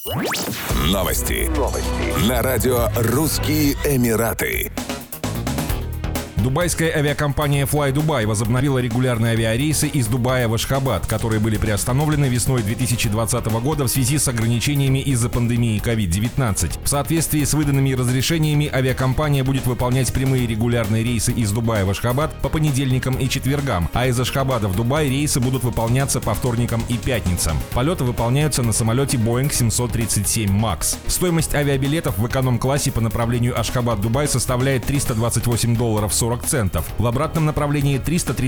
Новости. На радио «Русские Эмираты». Дубайская авиакомпания Fly Dubai возобновила регулярные авиарейсы из Дубая в Ашхабад, которые были приостановлены весной 2020 года в связи с ограничениями из-за пандемии COVID-19. В соответствии с выданными разрешениями авиакомпания будет выполнять прямые регулярные рейсы из Дубая в Ашхабад по понедельникам и четвергам, а из Ашхабада в Дубай рейсы будут выполняться по вторникам и пятницам. Полеты выполняются на самолете Boeing 737 MAX. Стоимость авиабилетов в эконом-классе по направлению Ашхабад-Дубай составляет $328.40. В обратном направлении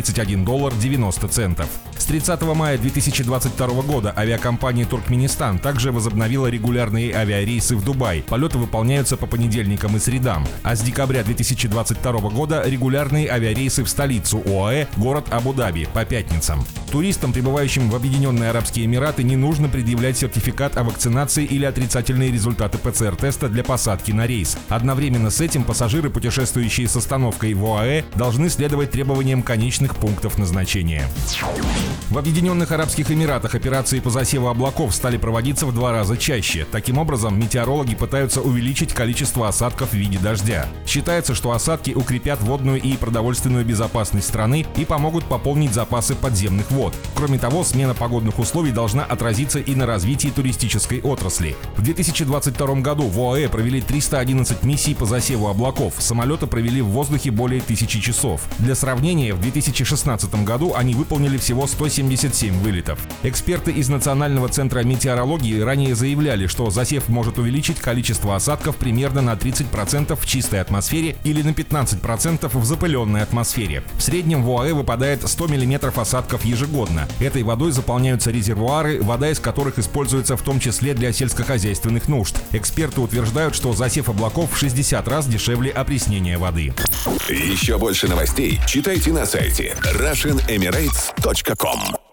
$331.90. С 30 мая 2022 года авиакомпания «Туркменистан» также возобновила регулярные авиарейсы в Дубай. Полеты выполняются по понедельникам и средам. А с декабря 2022 года регулярные авиарейсы в столицу ОАЭ, город Абу-Даби, по пятницам. Туристам, прибывающим в Объединенные Арабские Эмираты, не нужно предъявлять сертификат о вакцинации или отрицательные результаты ПЦР-теста для посадки на рейс. Одновременно с этим пассажиры, путешествующие с остановкой в ОАЭ, должны следовать требованиям конечных пунктов назначения. В Объединенных Арабских Эмиратах операции по засеву облаков стали проводиться в 2 раза чаще. Таким образом, метеорологи пытаются увеличить количество осадков в виде дождя. Считается, что осадки укрепят водную и продовольственную безопасность страны и помогут пополнить запасы подземных вод. Кроме того, смена погодных условий должна отразиться и на развитии туристической отрасли. В 2022 году в ОАЭ провели 311 миссий по засеву облаков. Самолеты провели в воздухе более 1000 часов. Для сравнения, в 2016 году они выполнили всего 177 вылетов. Эксперты из Национального центра метеорологии ранее заявляли, что засев может увеличить количество осадков примерно на 30% в чистой атмосфере или на 15% в запыленной атмосфере. В среднем в ОАЭ выпадает 100 мм осадков ежегодно. Этой водой заполняются резервуары, вода из которых используется в том числе для сельскохозяйственных нужд. Эксперты утверждают, что засев облаков в 60 раз дешевле опреснения воды. Еще больше новостей читайте на сайте RussianEmirates.com.